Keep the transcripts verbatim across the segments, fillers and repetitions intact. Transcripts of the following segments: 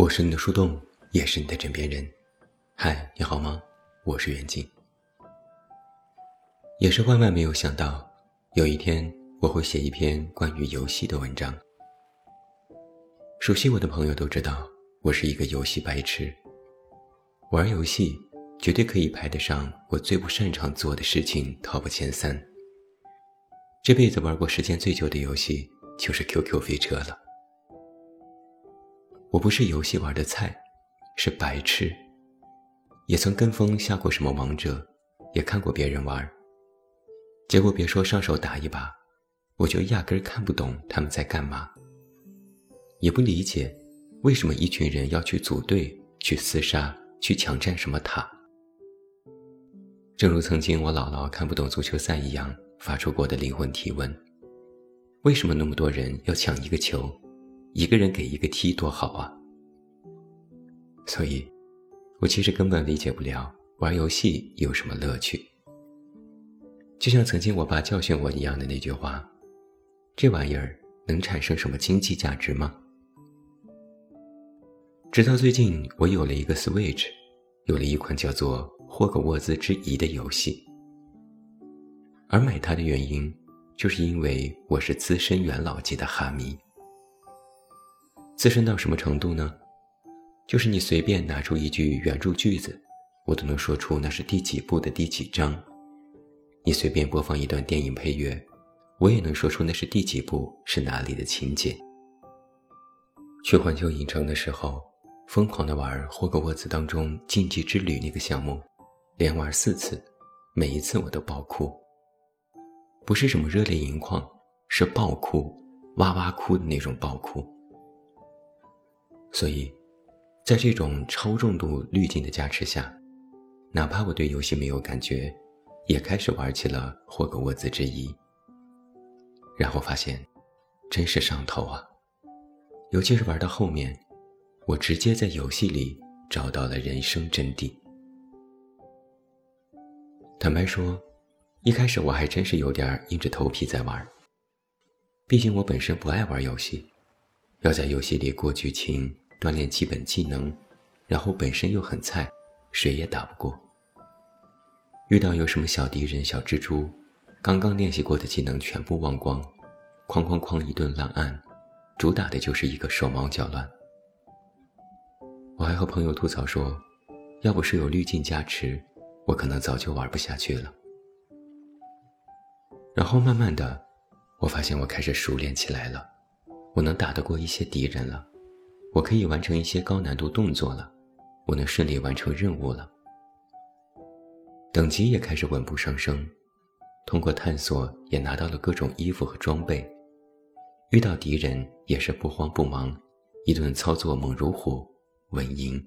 我是你的树洞，也是你的枕边人。嗨，你好吗？我是袁静。也是万万没有想到，有一天我会写一篇关于游戏的文章。熟悉我的朋友都知道，我是一个游戏白痴。玩游戏绝对可以排得上我最不擅长做的事情 top 前三。这辈子玩过时间最久的游戏就是 Q Q 飞车了。我不是游戏玩的菜，是白痴。也曾跟风下过什么王者，也看过别人玩。结果别说上手打一把，我就压根儿看不懂他们在干嘛，也不理解为什么一群人要去组队，去厮杀，去抢占什么塔。正如曾经我姥姥看不懂足球赛一样发出过的灵魂提问，为什么那么多人要抢一个球，一个人给一个踢多好啊。所以我其实根本理解不了玩游戏有什么乐趣。就像曾经我爸教训我一样的那句话，这玩意儿能产生什么经济价值吗？直到最近我有了一个 Switch， 有了一款叫做霍格沃兹之遗的游戏。而买它的原因就是因为我是资深元老级的哈迷。资深到什么程度呢？就是你随便拿出一句原著句子，我都能说出那是第几部的第几章。你随便播放一段电影配乐，我也能说出那是第几部是哪里的情节。去环球影城的时候，疯狂地玩霍格沃兹当中禁忌之旅那个项目，连玩四次，每一次我都爆哭。不是什么热泪盈眶，是爆哭，哇哇哭的那种爆哭。所以在这种超重度滤镜的加持下，哪怕我对游戏没有感觉，也开始玩起了霍格沃兹之遗。然后发现真是上头啊，尤其是玩到后面，我直接在游戏里找到了人生真谛。坦白说，一开始我还真是有点硬着头皮在玩，毕竟我本身不爱玩游戏，要在游戏里过剧情，锻炼基本技能，然后本身又很菜，谁也打不过。遇到有什么小敌人小蜘蛛，刚刚练习过的技能全部忘光，哐哐哐一顿乱按，主打的就是一个手忙脚乱。我还和朋友吐槽说，要不是有滤镜加持，我可能早就玩不下去了。然后慢慢的，我发现我开始熟练起来了，我能打得过一些敌人了，我可以完成一些高难度动作了，我能顺利完成任务了。等级也开始稳步上升，通过探索也拿到了各种衣服和装备，遇到敌人也是不慌不忙，一顿操作猛如虎，稳赢。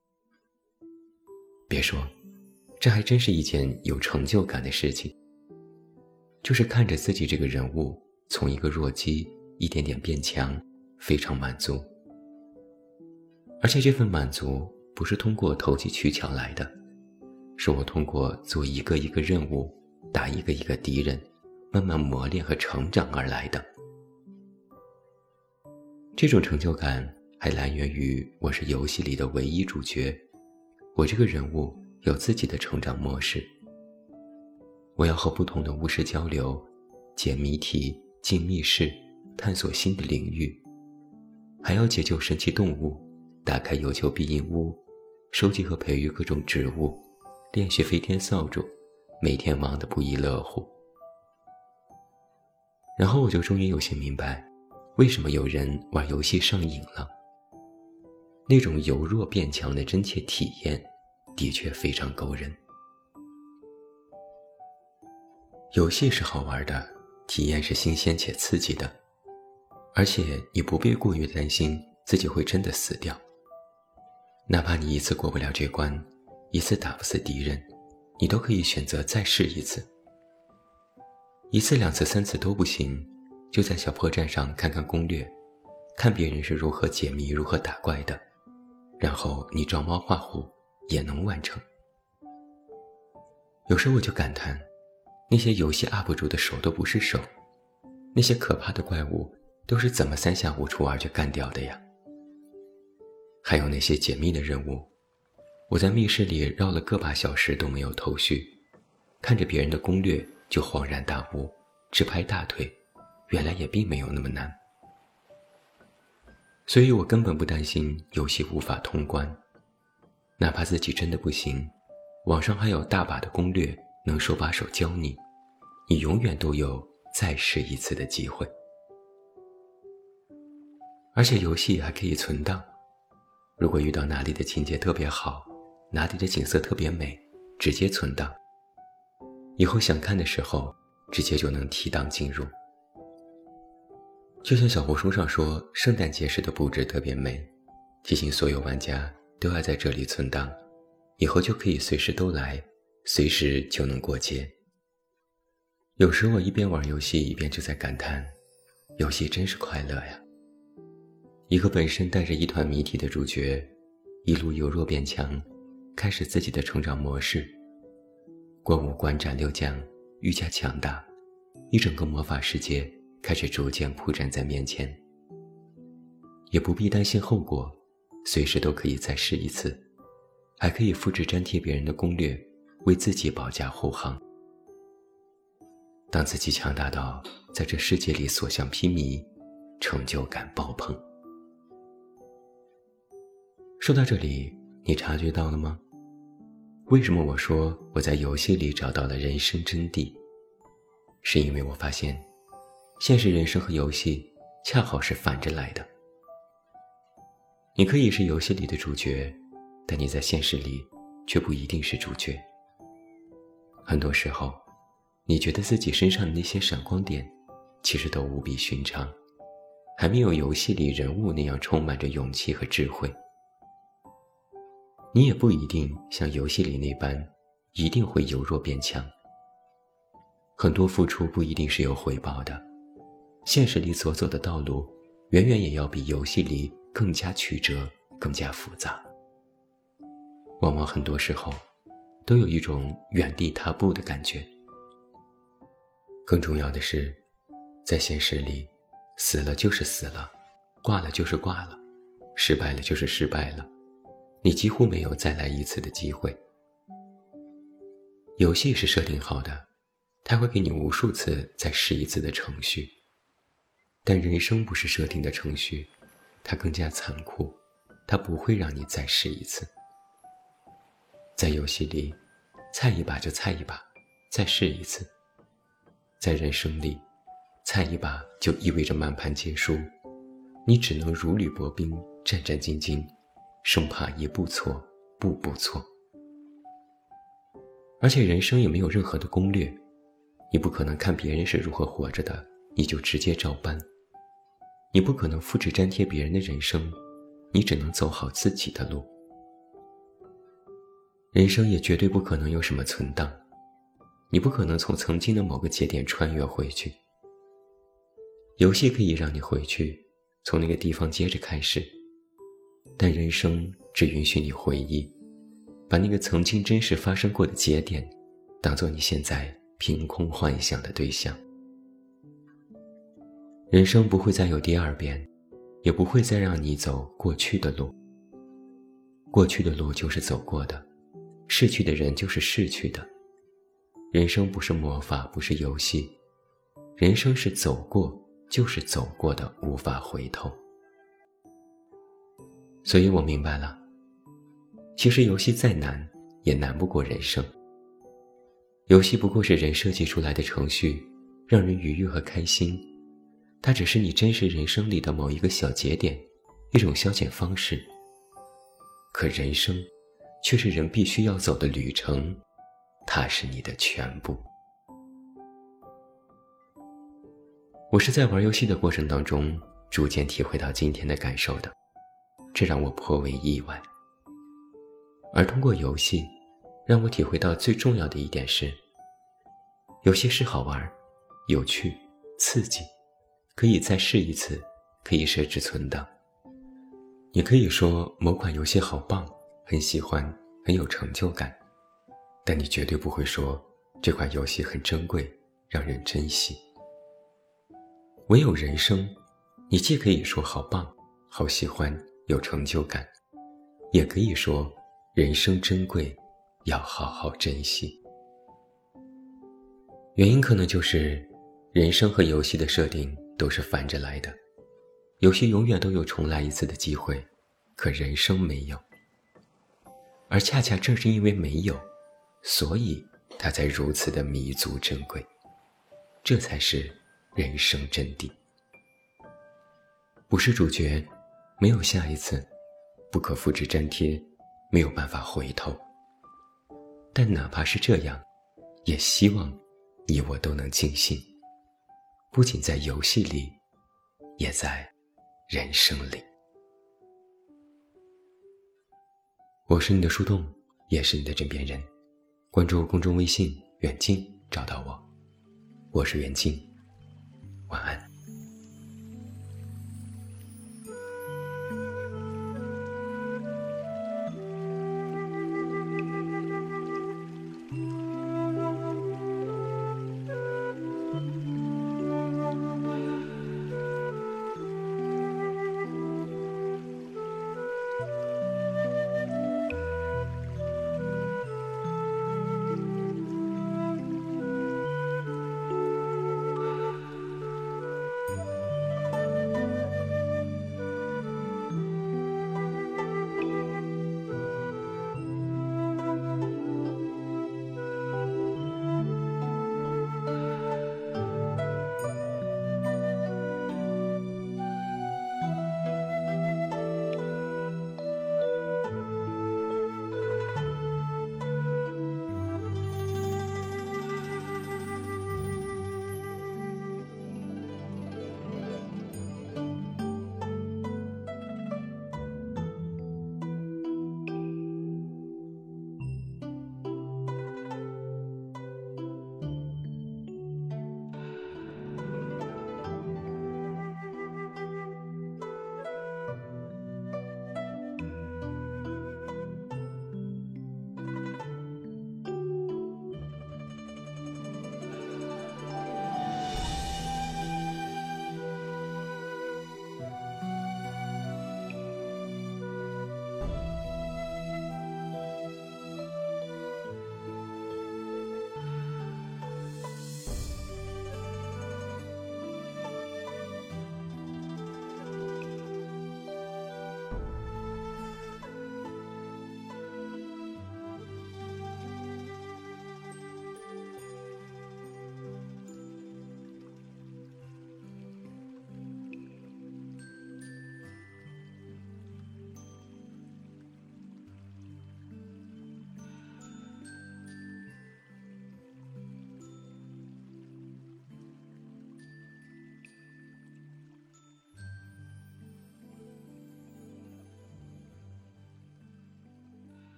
别说，这还真是一件有成就感的事情，就是看着自己这个人物从一个弱鸡一点点变强，非常满足。而且这份满足不是通过投机取巧来的，是我通过做一个一个任务，打一个一个敌人，慢慢磨练和成长而来的。这种成就感还来源于我是游戏里的唯一主角，我这个人物有自己的成长模式。我要和不同的巫师交流，解谜题，进密室，探索新的领域，还要解救神奇动物，打开有求必应屋，收集和培育各种植物，练习飞天扫帚，每天忙得不亦乐乎。然后我就终于有些明白，为什么有人玩游戏上瘾了。那种由弱变强的真切体验，的确非常勾人。游戏是好玩的，体验是新鲜且刺激的，而且你不必过于担心自己会真的死掉。哪怕你一次过不了这关，一次打不死敌人，你都可以选择再试一次。一次两次三次都不行，就在小破站上看看攻略，看别人是如何解谜如何打怪的，然后你照猫画虎也能完成。有时候我就感叹，那些游戏 U P 主的手都不是手，那些可怕的怪物都是怎么三下五除二就干掉的呀？ 还有那些解密的任务，我在密室里绕了个把小时都没有头绪，看着别人的攻略就恍然大悟，直拍大腿，原来也并没有那么难。所以我根本不担心游戏无法通关，哪怕自己真的不行，网上还有大把的攻略能手把手教你，你永远都有再试一次的机会。而且游戏还可以存档，如果遇到哪里的情节特别好，哪里的景色特别美，直接存档，以后想看的时候直接就能提档进入。就像小红书上说圣诞节时的布置特别美，提醒所有玩家都要在这里存档，以后就可以随时都来，随时就能过节。有时我一边玩游戏一边就在感叹，游戏真是快乐呀。一个本身带着一团谜题的主角，一路由弱变强，开始自己的成长模式，过五关斩六将，愈加强大，一整个魔法世界开始逐渐铺展在面前，也不必担心后果，随时都可以再试一次，还可以复制粘贴别人的攻略，为自己保驾护航。当自己强大到在这世界里所向披靡，成就感爆棚。说到这里，你察觉到了吗？为什么我说我在游戏里找到了人生真谛？是因为我发现现实人生和游戏恰好是反着来的。你可以是游戏里的主角，但你在现实里却不一定是主角。很多时候，你觉得自己身上的那些闪光点其实都无比寻常，还没有游戏里人物那样充满着勇气和智慧。你也不一定像游戏里那般一定会由弱变强，很多付出不一定是有回报的，现实里所走的道路远远也要比游戏里更加曲折，更加复杂。往往很多时候都有一种原地踏步的感觉。更重要的是，在现实里，死了就是死了，挂了就是挂了，失败了就是失败了，你几乎没有再来一次的机会。游戏是设定好的，它会给你无数次再试一次的程序，但人生不是设定的程序，它更加残酷，它不会让你再试一次。在游戏里，菜一把就菜一把，再试一次；在人生里，菜一把就意味着满盘皆输，你只能如履薄冰，战战兢兢，生怕一步错，步步错。而且人生也没有任何的攻略，你不可能看别人是如何活着的，你就直接照搬；你不可能复制粘贴别人的人生，你只能走好自己的路。人生也绝对不可能有什么存档，你不可能从曾经的某个节点穿越回去。游戏可以让你回去，从那个地方接着开始，但人生只允许你回忆，把那个曾经真实发生过的节点当作你现在凭空幻想的对象。人生不会再有第二遍，也不会再让你走过去的路。过去的路就是走过的，逝去的人就是逝去的。人生不是魔法，不是游戏，人生是走过，就是走过的，无法回头。所以我明白了，其实游戏再难，也难不过人生。游戏不过是人设计出来的程序，让人愉悦和开心，它只是你真实人生里的某一个小节点，一种消遣方式。可人生却是人必须要走的旅程，它是你的全部。我是在玩游戏的过程当中逐渐体会到今天的感受的，这让我颇为意外。而通过游戏让我体会到最重要的一点是，游戏是好玩、有趣、刺激，可以再试一次，可以设置存档。你可以说某款游戏好棒，很喜欢，很有成就感，但你绝对不会说这款游戏很珍贵，让人珍惜。唯有人生，你既可以说好棒、好喜欢、有成就感， 也可以说人生珍贵，要好好珍惜。原因可能就是人生和游戏的设定都是反着来的，游戏永远都有重来一次的机会，可人生没有。而恰恰正是因为没有，所以它才如此的弥足珍贵，这才是人生真谛。不是主角，没有下一次，不可复制粘贴，没有办法回头。但哪怕是这样，也希望你我都能尽兴，不仅在游戏里，也在人生里。我是你的树洞，也是你的枕边人。关注公众微信远近找到我，我是远近，晚安。